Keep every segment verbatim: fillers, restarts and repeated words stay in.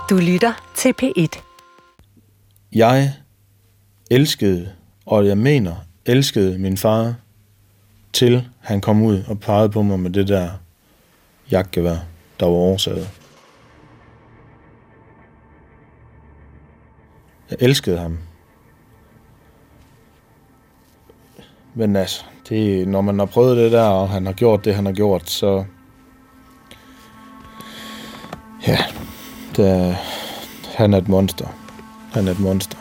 Du lytter til P et. Jeg elskede, og jeg mener elskede min far, til han kom ud og pegede på mig med det der jagtgevær, der var oversaget. Jeg elskede ham. Men altså, det, når man har prøvet det der, og han har gjort det, han har gjort, så... Ja, det, han er et monster. Han er et monster.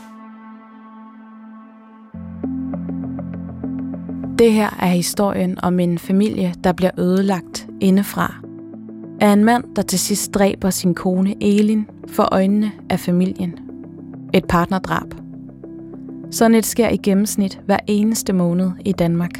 Det her er historien om en familie, der bliver ødelagt indefra. Af en mand, der til sidst dræber sin kone Elin for øjnene af familien. Et partnerdrab. Sådan et sker i gennemsnit hver eneste måned i Danmark.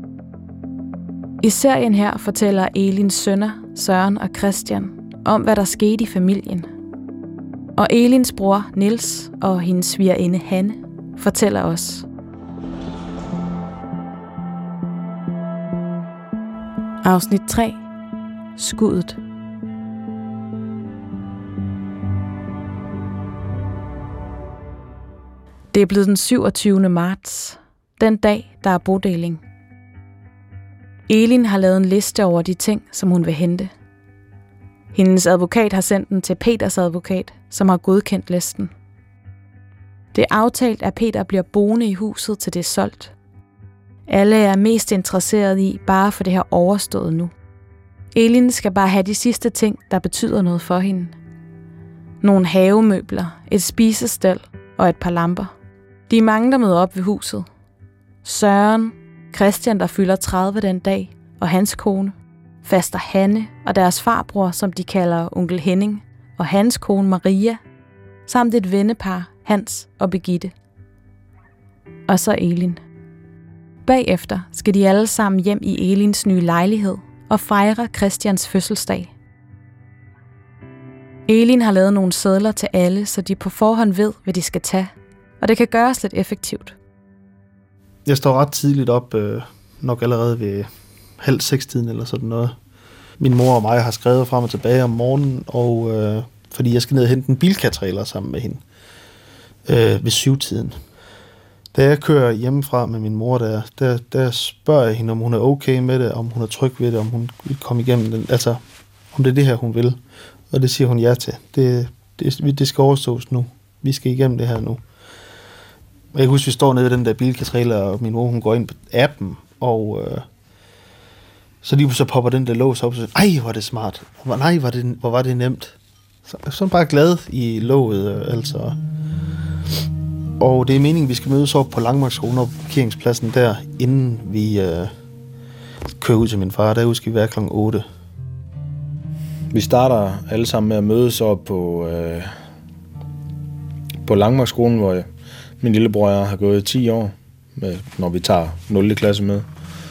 I serien her fortæller Elins sønner, Søren og Christian, om hvad der skete i familien. Og Elins bror Niels og hendes svigerinde Hanne fortæller os. Afsnit tre. Skuddet. Det er blevet den syvogtyvende marts, den dag, der er bodeling. Elin har lavet en liste over de ting, som hun vil hente. Hendes advokat har sendt den til Peters advokat, som har godkendt listen. Det er aftalt, at Peter bliver boende i huset, til det er solgt. Alle er mest interesseret i bare for det her overstået nu. Elin skal bare have de sidste ting, der betyder noget for hende. Nogle havemøbler, et spisestel og et par lamper. De er mange, der møder op ved huset. Søren, Christian, der fylder tredive den dag, og hans kone, faster Hanne og deres farbror, som de kalder onkel Henning, og hans kone Maria, samt et vennepar, Hans og Birgitte. Og så Elin. Bagefter skal de alle sammen hjem i Elins nye lejlighed og fejre Christians fødselsdag. Elin har lavet nogle sedler til alle, så de på forhånd ved, hvad de skal tage, og det kan gøres lidt effektivt. Jeg står ret tidligt op, øh, nok allerede ved halv seks-tiden eller sådan noget. Min mor og mig har skrevet frem og tilbage om morgenen, og øh, fordi jeg skal ned og hente en bilka-trailer sammen med hende øh, ved syv-tiden. Da jeg kører hjemmefra med min mor, der, der, der spørger jeg hende, om hun er okay med det, om hun er tryg ved det, om hun vil komme igennem den, altså om det er det her, hun vil. Og det siger hun ja til. Det, det, det skal overstås nu. Vi skal igennem det her nu. Og jeg kan huske, vi står nede i den der bilka-trailer, og min mor, hun går ind på appen, og øh, så lige så popper den der lås op, og så ej, hvor er det smart. Og, nej, hvor, det, hvor var det nemt. Så, så er bare glad i låget, øh, altså. Og det er meningen, vi skal mødes op på Langmarksskolen og parkeringspladsen der, inden vi øh, kører ud til min far. Der skal vi være klokken otte. Vi starter alle sammen med at mødes op på, øh, på Langmarksskolen, hvor jeg, min lillebror og jeg har gået ti år, med, når vi tager nul klasse med.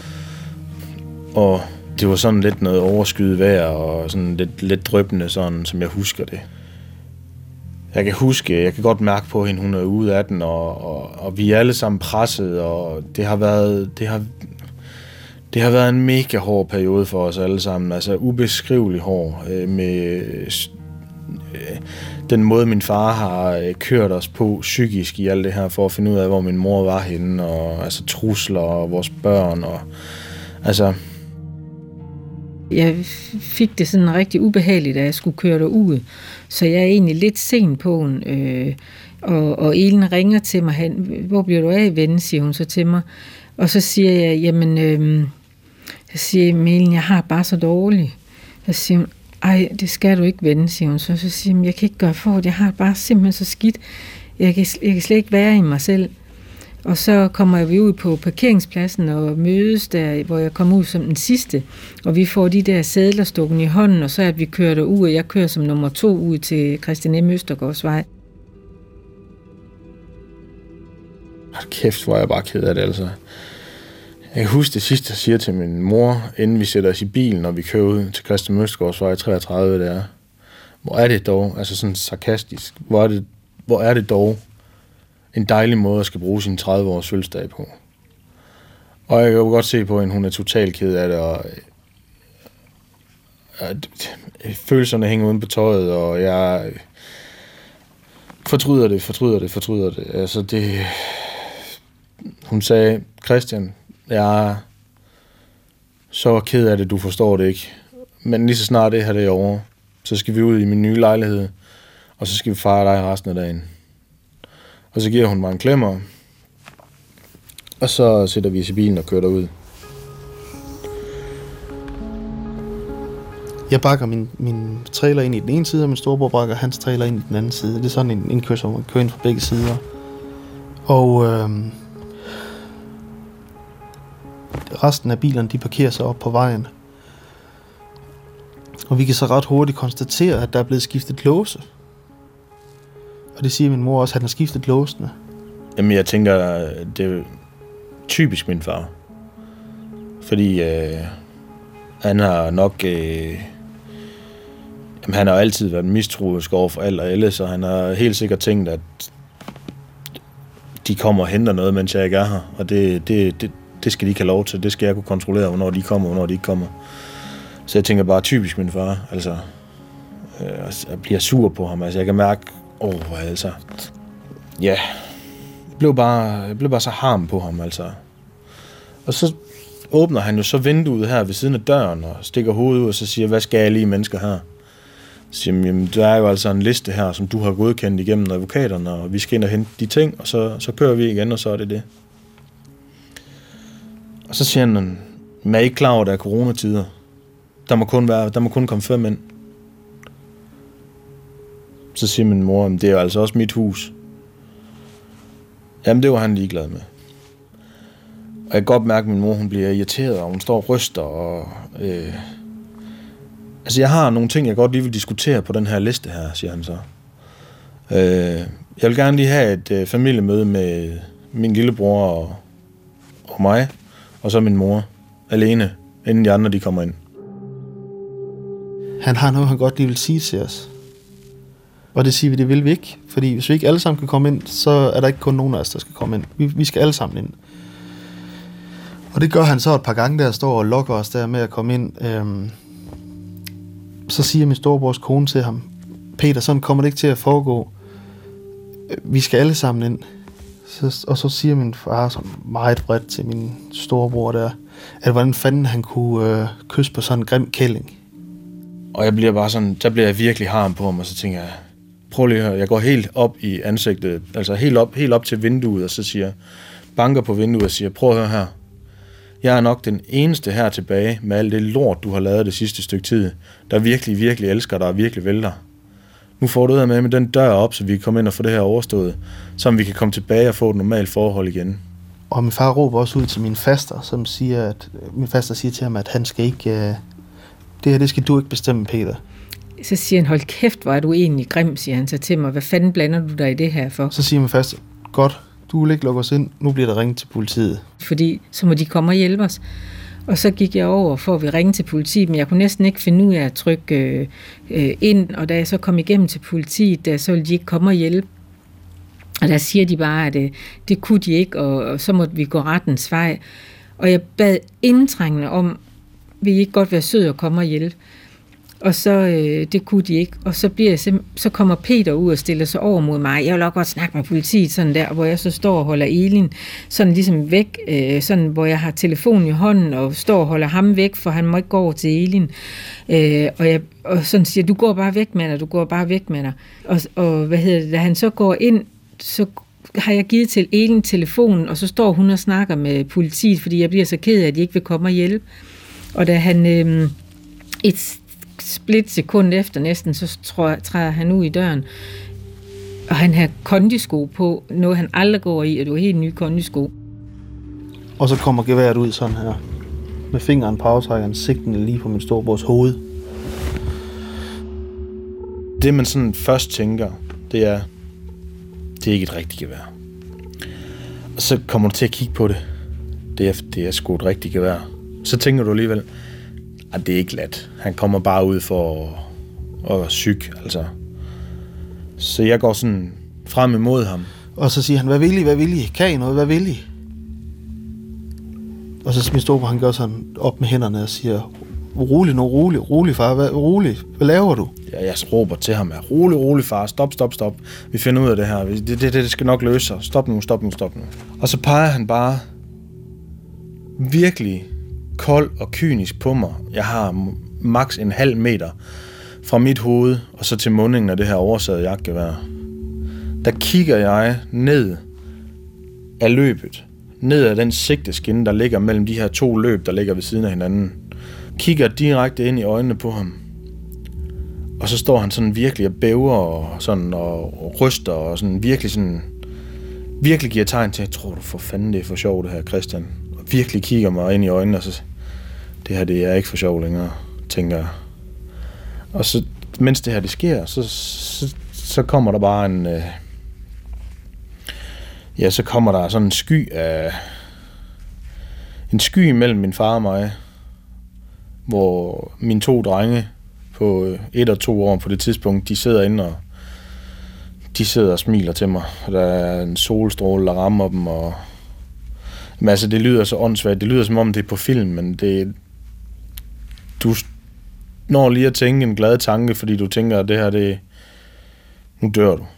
Og det var sådan lidt noget overskyet vejr, og sådan lidt, lidt dryppende, sådan som jeg husker det. Jeg kan huske, jeg kan godt mærke på hende, hun er ude af den, og, og, og vi er alle sammen presset, og det har været, det har, det har været en mega hård periode for os alle sammen, altså ubeskrivelig hård, øh, med øh, den måde min far har øh, kørt os på psykisk i alt det her, for at finde ud af, hvor min mor var henne, og altså trusler, og vores børn, og altså... Jeg fik det sådan rigtig ubehageligt, at jeg skulle køre derud, så jeg er egentlig lidt sen på den, øh, og, og Elin ringer til mig, han, hvor bliver du af, ven, siger hun så til mig, og så siger jeg, jamen, øh, jeg siger, Elin, jeg har bare så dårligt. Så siger hun, ej, det skal du ikke, ven, siger hun, så, så siger hun, jeg kan ikke gøre for det, jeg har bare simpelthen så skidt, jeg kan, jeg kan slet ikke være i mig selv. Og så kommer vi ud på parkeringspladsen og mødes der, hvor jeg kommer ud som den sidste. Og vi får de der sædler stukken i hånden, og så at vi kører derud, og jeg kører som nummer to ud til Christian M. Østergaardsvej. Hold kæft, hvor er jeg bare ked af det, altså. Jeg kan huske det sidste, jeg siger til min mor, inden vi sætter os i bilen, når vi kører ud til Christian M. Østergaardsvej treogtredive, det er. Hvor er det dog, altså sådan sarkastisk, hvor er det, hvor er det dog en dejlig måde at skal bruge sin tredive års fødselsdag på. Og jeg kan jo godt se på hende, hun er totalt ked af det, og følelserne hænger uden på tøjet, og jeg fortryder det, fortryder det, fortryder det. Altså det... Hun sagde, Christian, jeg er så ked af det, du forstår det ikke. Men lige så snart det her det er over, så skal vi ud i min nye lejlighed, og så skal vi fejre dig resten af dagen. Og så giver hun mig en klemmer, og så sætter vi os i bilen og kører derud. Jeg bakker min, min trailer ind i den ene side, og min storebror bakker hans trailer ind i den anden side. Det er sådan en indkørsel, hvor man kører ind fra begge sider. Og øhm, resten af bilerne, de parkerer sig op på vejen. Og vi kan så ret hurtigt konstatere, at der er blevet skiftet låse. Og det siger min mor også, at han har skiftet låsene. Jamen jeg tænker, det er typisk min far. Fordi øh, han har nok... Øh, jamen, han har altid været mistroisk over for alt og alle, så han har helt sikkert tænkt, at de kommer og henter noget, mens jeg ikke er her. Og det, det, det, det skal de ikke have lov til. Det skal jeg kunne kontrollere, hvornår de kommer, hvornår de ikke kommer. Så jeg tænker bare, typisk min far. Altså, øh, jeg bliver sur på ham. Altså, jeg kan mærke, åh, oh, altså... Ja, jeg blev bare, jeg blev bare så harm på ham, altså. Og så åbner han jo så vinduet her ved siden af døren og stikker hovedet ud og så siger, hvad skal jeg lige mennesker her? Så siger, jamen, der er jo altså en liste her, som du har godkendt igennem advokaterne, og vi skal ind og hente de ting, og så, så kører vi igen, og så er det det. Og så siger han, men er I ikke klar over, at der er coronatider? Der må kun være, der må kun komme fem ind. Så siger min mor, det er jo altså også mit hus. Jamen, det var han ligeglad med. Og jeg kan godt mærke, at min mor hun bliver irriteret, og hun står og ryster. Og, øh... Altså, jeg har nogle ting, jeg godt lige vil diskutere på den her liste her, siger han så. Øh... Jeg vil gerne lige have et øh, familiemøde med min lillebror og, og mig, og så min mor, alene, inden de andre de kommer ind. Han har noget, han godt lige vil sige til os. Og det siger vi, det vil vi ikke. Fordi hvis vi ikke alle sammen kan komme ind, så er der ikke kun nogen af os, der skal komme ind. Vi, vi skal alle sammen ind. Og det gør han så et par gange, der står og lokker os der med at komme ind. Øhm, så siger min storebrors kone til ham, Peter, sådan kommer det ikke til at foregå. Vi skal alle sammen ind. Så, og så siger min far så meget bredt til min storebror der, at hvordan fanden han kunne øh, kysse på sådan en grim kælling. Og jeg bliver bare sådan, der bliver jeg virkelig harm på ham, og så tænker jeg, prøv lige at høre, jeg går helt op i ansigtet, altså helt op, helt op til vinduet, og så siger, banker på vinduet og siger, prøv at høre her, jeg er nok den eneste her tilbage med alt det lort, du har lavet det sidste stykke tid, der virkelig, virkelig elsker dig og virkelig vil dig. Nu får du ud af med, med den dør op, så vi kan komme ind og få det her overstået, så vi kan komme tilbage og få et normalt forhold igen. Og min far råber også ud til min faster, som siger, at min faster siger til ham, at han skal ikke, uh, det her, det skal du ikke bestemme, Peter. Så siger han, hold kæft, hvor er du egentlig grim, siger han så til mig. Hvad fanden blander du dig i det her for? Så siger min faster, godt, du vil ikke lukke os ind, nu bliver der ringet til politiet. Fordi så må de komme og hjælpe os. Og så gik jeg over for at vi ringe til politiet, men jeg kunne næsten ikke finde ud af at trykke øh, øh, ind, og da jeg så kom igennem til politiet, der, så ville de ikke komme og hjælpe. Og der siger de bare, at øh, det kunne de ikke, og, og så måtte vi gå rettens vej. Og jeg bad indtrængende om, vil I ikke godt være sød og komme og hjælpe? Og så, øh, det kunne de ikke. Og så, bliver jeg så kommer Peter ud og stiller sig over mod mig. Jeg vil også godt snakke med politiet, sådan der, hvor jeg så står og holder Elin sådan ligesom væk, øh, sådan, hvor jeg har telefonen i hånden og står og holder ham væk, for han må ikke gå over til Elin. Øh, og, jeg, og sådan siger, du går bare væk med dig, du går bare væk med dig. Og, og hvad hedder det, da han så går ind, så har jeg givet til Elin telefonen, og så står hun og snakker med politiet, fordi jeg bliver så ked af, at de ikke vil komme og hjælpe. Og da han øh, et split sekund efter næsten, så tror, træder han ud i døren, og han har kondisko på, noget han aldrig går i, og det var helt nye kondisko. Og så kommer geværet ud sådan her, med fingeren på aftrækkeren, sigtende lige på min storebrors hoved. Det man sådan først tænker, det er, det er ikke et rigtigt gevær. Og så kommer du til at kigge på det. Det er, det er sgu et rigtigt gevær. Så tænker du alligevel, at det er ikke let. Han kommer bare ud for at, at syg, altså. Så jeg går sådan frem imod ham. Og så siger han, hvad vil I, hvad vil I? Kan I noget, hvad vil I? Og så min storebror, han gør sådan op med hænderne og siger, Rolig nu, rolig, rolig far, hvad, rolig, hvad laver du? Ja, jeg råber til ham, rolig, rolig far, stop, stop, stop. Vi finder ud af det her, det, det, det, det skal nok løse sig. Stop nu, stop nu, stop nu. Og så peger han bare virkelig kold og kynisk på mig. Jeg har maks en halv meter fra mit hoved og så til mundingen af det her oversaget jagtgevær. Der kigger jeg ned af løbet, ned af den sigteskinne, der ligger mellem de her to løb, der ligger ved siden af hinanden. Kigger direkte ind i øjnene på ham. Og så står han sådan virkelig og bæver og, sådan, og, og ryster og sådan virkelig sådan virkelig giver tegn til, jeg tror du for fanden det er for sjov det her, Christian. Og virkelig kigger mig ind i øjnene og så det her det er ikke for sjov længere, tænker jeg. Og så mens det her det sker, så, så, så kommer der bare en øh, ja, så kommer der sådan en sky af en sky mellem min far og mig, hvor mine to drenge på et og to år på det tidspunkt, de sidder inde og de sidder og smiler til mig. Og der er en solstråle, der rammer dem, og men altså, det lyder så åndssvagt. Det lyder som om det er på film, men det du når lige at tænke en glad tanke, fordi du tænker, at det her, det nu dør du.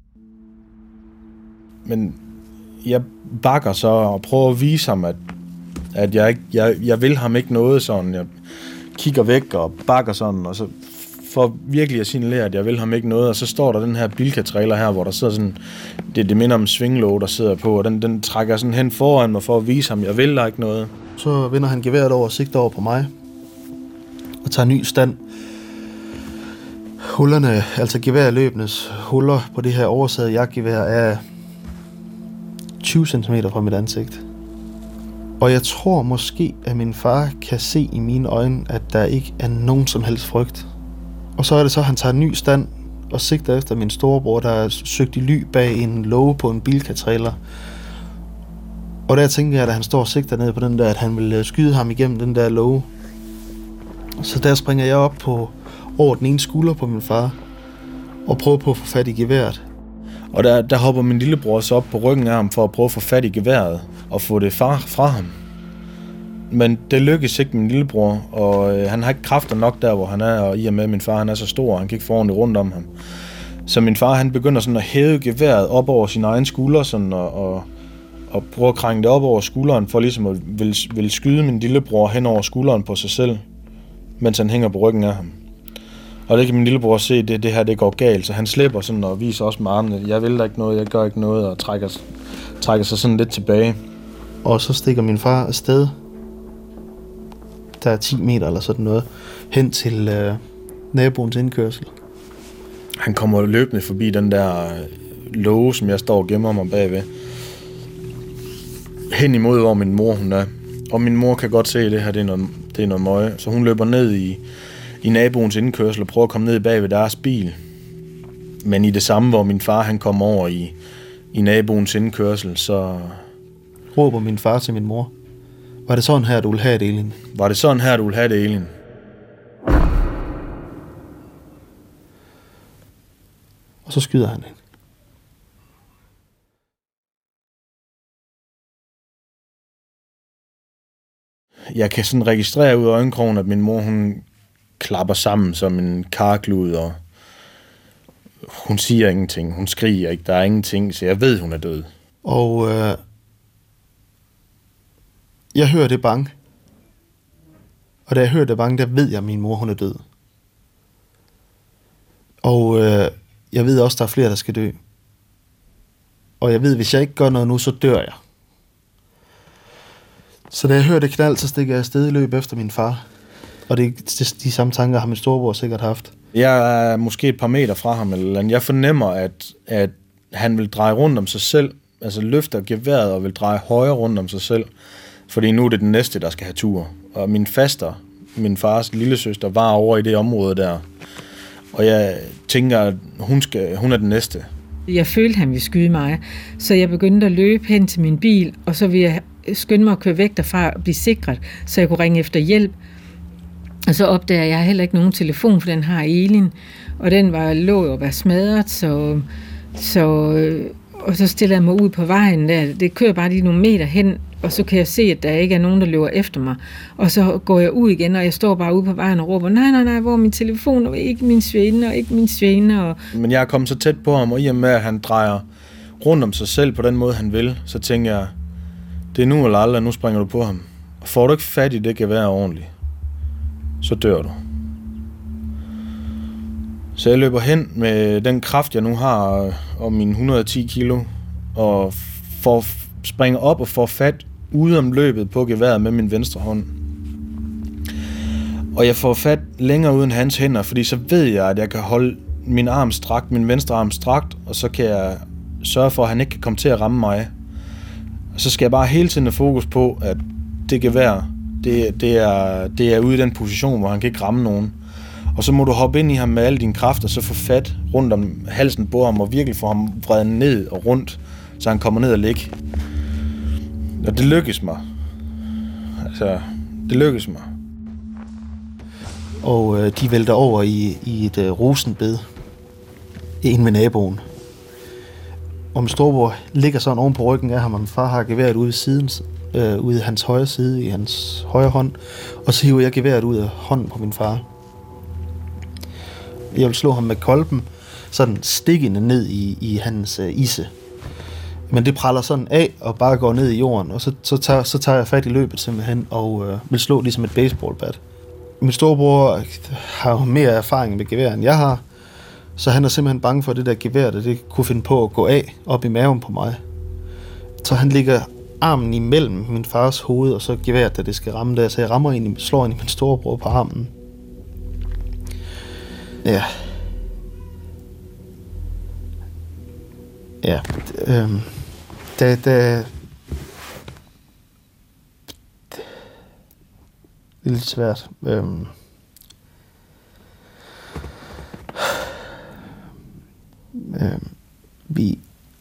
Men jeg bakker så og prøver at vise ham, at, at jeg, ikke, jeg, jeg vil ham ikke noget sådan. Jeg kigger væk og bakker sådan, og så for virkelig at signalere, at jeg vil ham ikke noget, og så står der den her Bilka-trailer her, hvor der sidder sådan, det, det minder om en svinglåge, der sidder på, og den, den trækker sådan hen foran mig for at vise ham, jeg vil der ikke noget. Så vender han geværet over og sigter over på mig, og tager ny stand. Hullerne, altså geværløbenes huller på det her oversaget jagtgevær er tyve centimeter fra mit ansigt. Og jeg tror måske, at min far kan se i mine øjne, at der ikke er nogen som helst frygt. Og så er det så, at han tager en ny stand og sigter efter min storebror, der er søgt i ly bag en låge på en Bilka-trailer. Og der tænker jeg, at han står og sigter ned på den der, at han vil skyde ham igennem den der låge. Så der springer jeg op på over den ene skulder på min far og prøver på at få fat i geværet. Og der, der hopper min lillebror så op på ryggen af ham for at prøve at få fat i geværet og få det fra, fra ham. Men det lykkes ikke min lillebror, og øh, han har ikke kræfter nok der, hvor han er, og i og med at min far han er så stor, og han kan ikke få ordentligt rundt om ham. Så min far han begynder sådan at hæve geværet op over sin egen skulder, sådan, og, og, og prøve at krænge det op over skulderen, for ligesom at vil, vil skyde min lillebror hen over skulderen på sig selv, mens han hænger på ryggen af ham. Og det kan min lillebror se, det, det her det går galt, så han slipper sådan og viser også med armene, jeg vil da ikke noget, jeg gør ikke noget, og trækker, trækker sig sådan lidt tilbage. Og så stikker min far afsted, der er ti meter eller sådan noget, hen til øh, naboens indkørsel. Han kommer løbende forbi den der låge, som jeg står og gemmer mig bagved. Hen imod, hvor min mor hun er. Og min mor kan godt se, at det her det er noget, det er noget møg. Så hun løber ned i, i naboens indkørsel og prøver at komme ned bag ved deres bil. Men i det samme, hvor min far han kommer over i, i naboens indkørsel, så råber min far til min mor. Var det sådan her, du ville have det, Elin? Var det sådan her, du ville have det, Elin? Og så skyder han hende. Jeg kan sådan registrere ud af øjenkrogen, at min mor, hun klapper sammen som en karklud, og hun siger ingenting. Hun skriger ikke. Der er ingenting, så jeg ved, hun er død. Og øh, jeg hører det bang. Og da jeg hører det bang, der ved jeg, at min mor hun er død. Og øh, jeg ved også, at der er flere, der skal dø. Og jeg ved, at hvis jeg ikke gør noget nu, så dør jeg. Så da jeg hører det knald, så stikker jeg afsted i løb efter min far. Og det er de, de samme tanker, har min storebror sikkert haft. Jeg er måske et par meter fra ham, eller jeg fornemmer, at, at han vil dreje rundt om sig selv, altså løfter geværet og vil dreje højre rundt om sig selv, fordi nu er det den næste, der skal have tur. Og min faster, min fars lillesøster, var over i det område der, og jeg tænker, at hun, skal, hun er den næste. Jeg følte, han ville skyde mig, så jeg begyndte at løbe hen til min bil, og så ville jeg skynde mig at køre væk derfra og blive sikret, så jeg kunne ringe efter hjælp. Og så opdager jeg, at jeg heller ikke nogen telefon, for den har Elin, og den var lå og var smadret, så, så, og så stiller jeg mig ud på vejen der. Det kører bare lige nogle meter hen og så kan jeg se, at der ikke er nogen, der løber efter mig. Og så går jeg ud igen, og jeg står bare ude på vejen og råber, nej, nej, nej, hvor er min telefon, og ikke min svane, og ikke min svane. Og... Men jeg er kommet så tæt på ham, og i og med, at han drejer rundt om sig selv på den måde, han vil, så tænker jeg, det er nu eller aldrig, nu springer du på ham. Og får du ikke fat i det gevær ordentligt, så dør du. Så jeg løber hen med den kraft, jeg nu har, og mine et hundrede og ti kilo, og får springer op og får fat ude om løbet på geværet med min venstre hånd. Og jeg får fat længere uden hans hænder, fordi så ved jeg, at jeg kan holde min arm strakt, min venstre arm strakt, og så kan jeg sørge for, at han ikke kan komme til at ramme mig. Og så skal jeg bare hele tiden have fokus på, at det gevær, det, det, er, det er ude i den position, hvor han kan ikke ramme nogen. Og så må du hoppe ind i ham med alle dine kræfter, så få fat rundt om halsen på ham, og virkelig få ham vredet ned og rundt, så han kommer ned og ligge. Og det lykkes mig. Altså, det lykkes mig. Og øh, de vælter over i, i et øh, rosenbed inde ved naboen. Og min storebror ligger sådan oven på ryggen af ham, og min far har geværet ude i siden, øh, ude i hans højre side, i hans højre hånd. Og så hiver jeg geværet ud af hånden på min far. Jeg vil slå ham med kolben, sådan stikkende ned i, i hans øh, isse. Men det praller sådan af og bare går ned i jorden, og så, så, tager, så tager jeg fat i løbet simpelthen og øh, vil slå ligesom et baseballbat. Min storebror har jo mere erfaring med gevær, end jeg har, så han er simpelthen bange for, at det der gevær, der det kunne finde på at gå af op i maven på mig. Så han ligger armen imellem min fars hoved, og så geværet, da det skal ramme der, så jeg rammer ind i, slår ind i min storebror på armen. Ja. Ja, øh, det, det, det er lidt svært. Øh, øh, vi,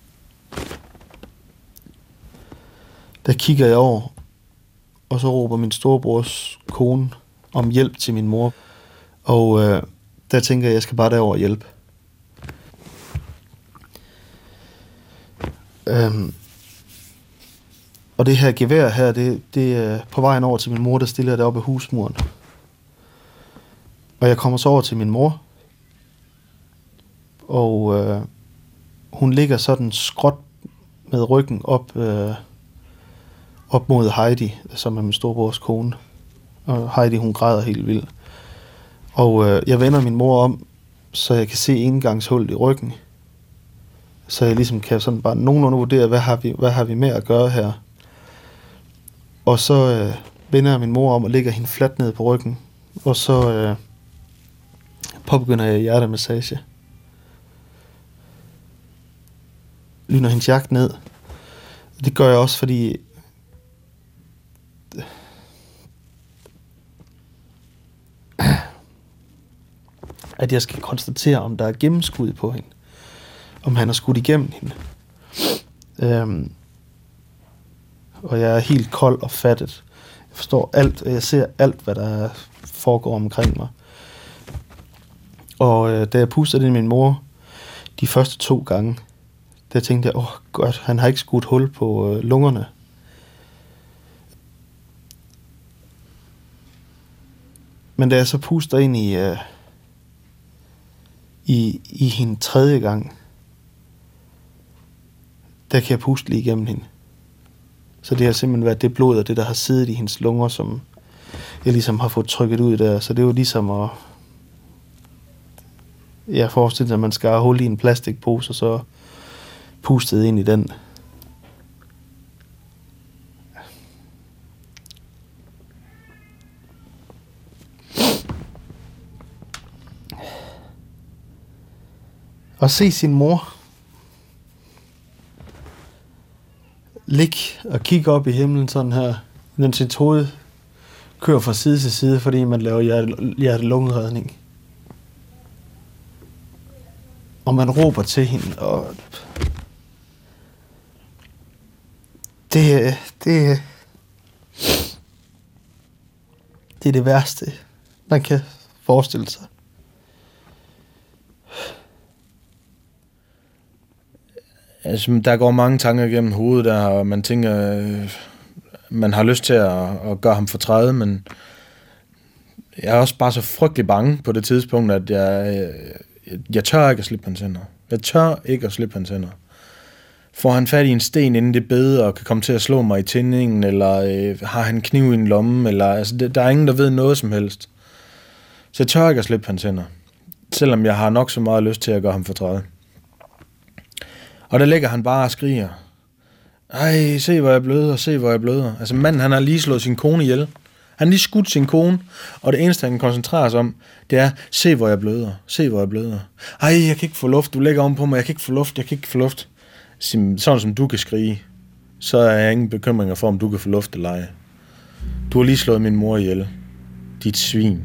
der kigger jeg over, og så råber min storebrors kone om hjælp til min mor, og øh, der tænker jeg, jeg skal bare derover og hjælpe. Øhm, og det her gevær her, det, det er på vejen over til min mor, der stiller jeg det op ad husmuren. Og jeg kommer så over til min mor, og øh, hun ligger sådan skråt med ryggen op, øh, op mod Heidi, som er min storebrors kone. Og Heidi, hun græder helt vildt. Og øh, jeg vender min mor om, så jeg kan se engangshullet i ryggen. Så jeg ligesom kan sådan bare nogenlunde vurdere, hvad har vi, hvad har vi med at gøre her. Og så øh, vender jeg min mor om og lægger hende fladt ned på ryggen. Og så øh, påbegynder jeg hjertemassage. Lyner hendes jakke ned. Det gør jeg også, fordi at jeg skal konstatere, om der er gennemskud på hende. Om han har skudt igennem hende. Øhm, og jeg er helt kold og fattet. Jeg forstår alt, og jeg ser alt, hvad der foregår omkring mig. Og øh, da jeg pustede det i min mor, de første to gange, der tænkte jeg, åh oh, godt, han har ikke skudt hul på øh, lungerne. Men da jeg så puster ind i, øh, i, i hende tredje gang, der kan jeg puste lige igennem hende. Så det har simpelthen været det blod og det, der har siddet i hendes lunger, som jeg ligesom har fået trykket ud der. Så det er jo ligesom at... Jeg forestiller mig, at man skal holde i en plastikpose, og så pustet ind i den. Og se sin mor ligge og kigge op i himlen sådan her, mens sit hoved kører fra side til side, fordi man laver hjerte-lungeredning. Og man råber til hende, og det, det, det er det værste, man kan forestille sig. Altså, der går mange tanker igennem hovedet der, og man tænker, øh, man har lyst til at, at gøre ham fortræde, men jeg er også bare så frygtelig bange på det tidspunkt, at jeg, jeg, jeg tør ikke at slippe hans hænder. Jeg tør ikke at slippe hans hænder. Får han fat i en sten, inden det beder, og kan komme til at slå mig i tændingen, eller øh, har han kniv i en lomme, eller, altså, det, der er ingen, der ved noget som helst. Så jeg tør ikke at slippe hans hænder, selvom jeg har nok så meget lyst til at gøre ham fortræde. Og der ligger han bare og skriger. Ej, se hvor jeg bløder, se hvor jeg bløder. Altså manden, han har lige slået sin kone ihjel. Han har lige skudt sin kone, og det eneste, han kan koncentrere sig om, det er, se hvor jeg bløder, se hvor jeg bløder. Ej, jeg kan ikke få luft, du ligger om på mig, jeg kan ikke få luft, jeg kan ikke få luft. Sådan som du kan skrige, så er jeg ingen bekymringer for, om du kan få luft eller ej. Du har lige slået min mor ihjel. Dit svin.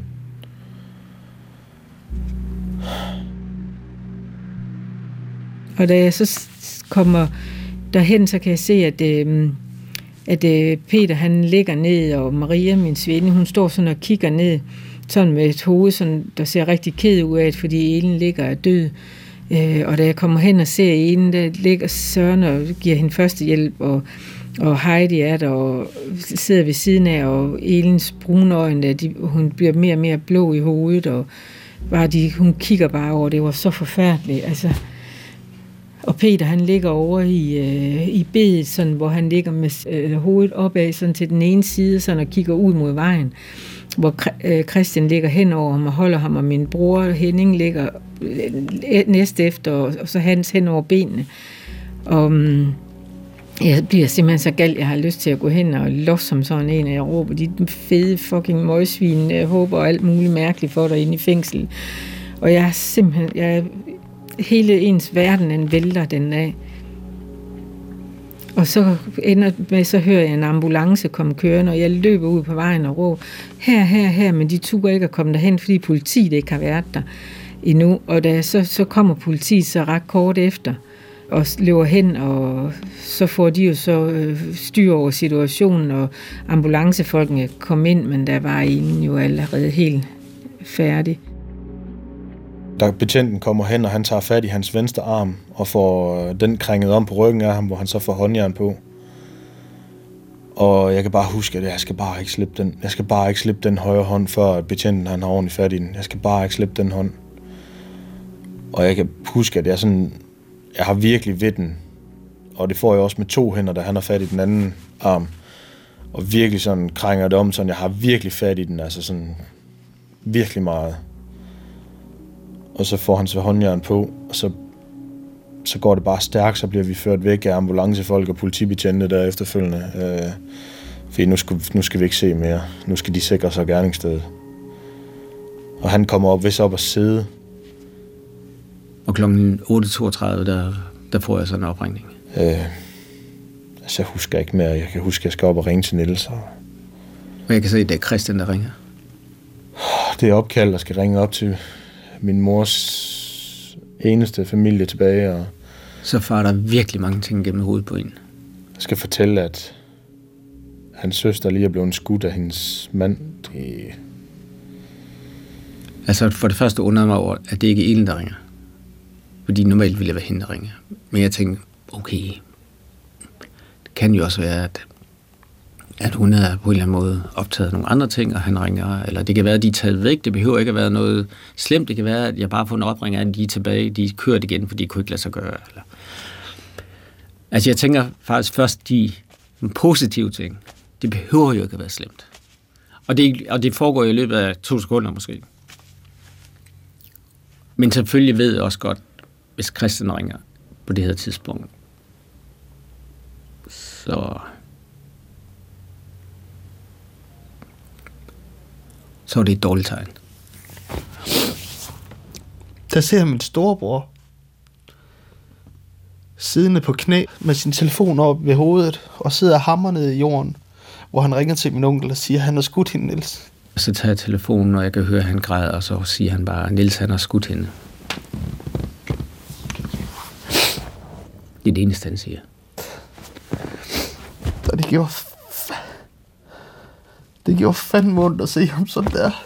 Og da jeg så kommer derhen, så kan jeg se, at, øh, at øh, Peter han ligger ned, og Maria, min svinde, hun står sådan og kigger ned, sådan med et hoved, sådan, der ser rigtig ked ud af, fordi Elin ligger og død. Øh, og da jeg kommer hen og ser Elin, der ligger Søren og giver hende førstehjælp, og, og Heidi er der og sidder ved siden af, og Elins brune øjne, de, hun bliver mere og mere blå i hovedet, og bare de, hun kigger bare over, det var så forfærdeligt, altså. Og Peter, han ligger over i, øh, i bedet, sådan, hvor han ligger med øh, hovedet opad sådan, til den ene side sådan, og kigger ud mod vejen, hvor øh, Christian ligger henover ham og holder ham, og min bror Henning ligger øh, næste efter, og, og så Hans hen over benene. Og øh, jeg bliver simpelthen så gal, jeg har lyst til at gå hen og losse som sådan en, og jeg råber, de fede fucking møgsvin, jeg håber og alt muligt mærkeligt for dig inde i fængsel. Og jeg er simpelthen... Jeg, hele ens verden, den vælter den af. Og så ender med, så hører jeg en ambulance komme kørende, og jeg løber ud på vejen og råber, her, her, her, men de turde ikke at komme derhen, fordi politiet ikke har været der endnu. Og da så, så kommer politiet så ret kort efter, og løber hen, og så får de jo så øh, styr over situationen, og ambulancefolkene kom ind, men der var en jo allerede helt færdig. Da betjenten kommer hen, og han tager fat i hans venstre arm, og får den krænget om på ryggen af ham, hvor han så får håndjern på. Og jeg kan bare huske, at jeg skal bare ikke slippe den. Jeg skal bare ikke slippe den højre hånd, før betjenten han har ordentligt fat i den. Jeg skal bare ikke slippe den hånd. Og jeg kan huske, at jeg sådan, jeg har virkelig ved den. Og det får jeg også med to hænder, da han har fat i den anden arm. Og virkelig sådan krænger det om, sådan jeg har virkelig fat i den, altså sådan virkelig meget. Og så får han så håndjern på, og så, så går det bare stærkt, så bliver vi ført væk af ambulancefolk og politibetjente der efterfølgende. Øh, fordi nu skal, nu skal vi ikke se mere. Nu skal de sikre sig gerningsstedet. Og han kommer op, hvis op og sidde. Og klokken otte toogtredive, der, der får jeg sådan en opringning. Øh, altså jeg husker ikke mere. Jeg kan huske, at jeg skal op og ringe til Niels. Og... og jeg kan se, at det er Christian, der ringer. Det er opkald, der skal ringe op til min mors eneste familie tilbage. Og så farer der virkelig mange ting gennem hovedet på en. Jeg skal fortælle, at hans søster lige er blevet skudt af hendes mand. Det... Altså for det første undrer mig over, at det ikke er Elin, der ringer. Fordi normalt ville jeg være hende, der ringer. Men jeg tænkte, okay, det kan jo også være, at, at hun er på en eller anden måde optaget nogle andre ting, og han ringer. Eller det kan være, at de er taget væk. Det behøver ikke at være noget slemt. Det kan være, at jeg bare får en opring af, at de er tilbage. De kører det igen, fordi de kunne ikke lade sig gøre. Eller... altså jeg tænker faktisk først, de positive ting, det behøver jo ikke at være slemt. Og det, og det foregår i løbet af to sekunder måske. Men selvfølgelig ved jeg også godt, hvis Christian ringer på det her tidspunkt, så... så er det et dårligt tegn. Der ser jeg min storebror siddende på knæ med sin telefon op ved hovedet og sidder og hammer ned i jorden, hvor han ringer til min onkel og siger, at han har skudt hende, Niels. Så tager jeg telefonen, og jeg kan høre, at han græder, og så siger han bare, Niels, han har skudt hende. Det er det eneste, han siger. Og det gjorde, det gjorde fandme ondt at se ham sådan der.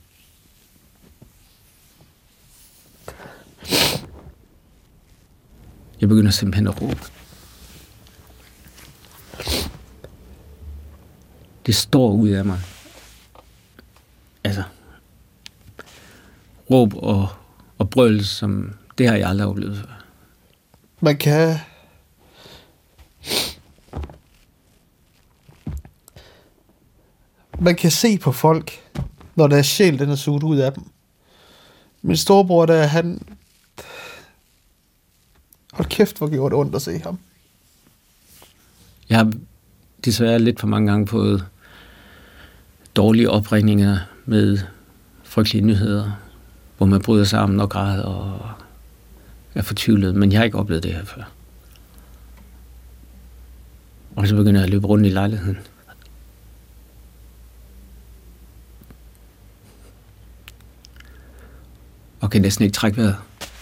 Jeg begynder simpelthen at råbe. det står ud af mig. Altså, råb og, og brøl, som det har jeg aldrig oplevet før. Man kan... Man kan se på folk, når der er sjæl, den er suget ud af dem. Min storebror, der han... Hold kæft, hvor gjorde det ondt at se ham. Jeg har desværre lidt for mange gange fået dårlige opringninger med frygtelige nyheder, hvor man bryder sammen og græder og er fortvivlet, men jeg har ikke oplevet det her før. Og så begynder jeg at løbe rundt i lejligheden. Og kan næsten ikke trække vejret.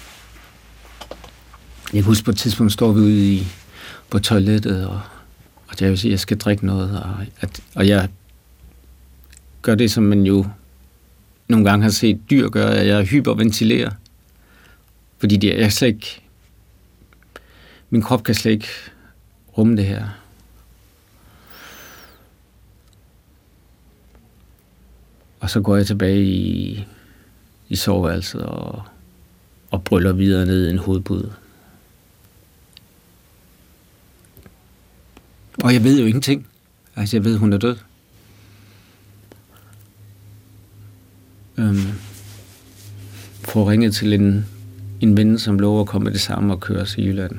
Jeg kan huske, på et tidspunkt står vi ude i, på toilettet, og, og jeg vil sige, at jeg skal drikke noget, og, at, og jeg gør det, som man jo nogle gange har set dyr gøre, at jeg hyperventilerer. Fordi det, jeg slet ikke, min krop kan slet ikke rumme det her. Og så går jeg tilbage i, i soveværelset og, og brøller videre ned i en hovedpude. Og jeg ved jo ingenting. Altså, jeg ved, hun er død. Øhm, får ringet til en, en ven, som lover at komme med det samme og køre os i Jylland.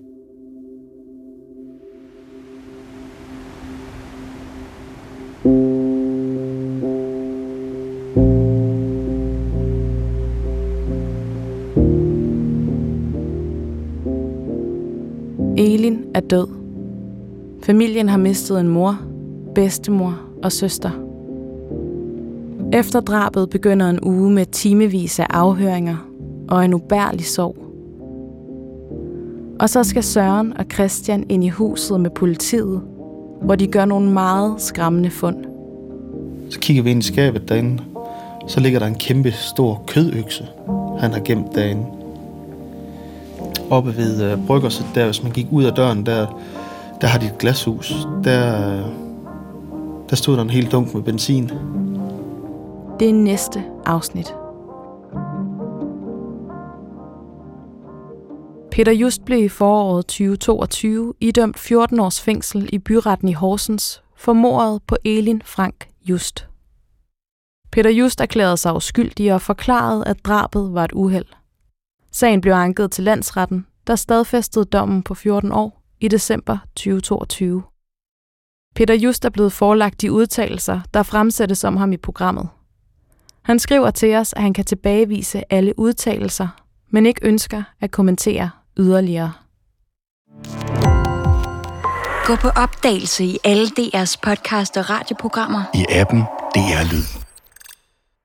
Elin er død. Familien har mistet en mor, bedstemor og søster. Efter drabet begynder en uge med timevis af afhøringer og en ubærlig sorg. Og så skal Søren og Christian ind i huset med politiet, hvor de gør nogle meget skræmmende fund. Så kigger vi ind i skabet derinde. Så ligger der en kæmpe stor kødøkse, han har gemt derinde. Oppe ved uh, bryggerset der, hvis man gik ud af døren, der, der har de et glashus. Der, der stod der en hel dunk med benzin. Det er næste afsnit. Peter Just blev i foråret tyve toogtyve idømt fjorten års fængsel i byretten i Horsens for mordet på Elin Frank Just. Peter Just erklærede sig uskyldig og forklarede, at drabet var et uheld. Sagen blev anket til landsretten, der stadfæstede dommen på fjorten år i december tyve toogtyve. Peter Just er blevet forelagt de udtalelser, der fremsættes om ham i programmet. Han skriver til os, at han kan tilbagevise alle udtalelser, men ikke ønsker at kommentere yderligere. Gå på opdagelse i alle D R's podcast og radioprogrammer. I appen D R Lyd.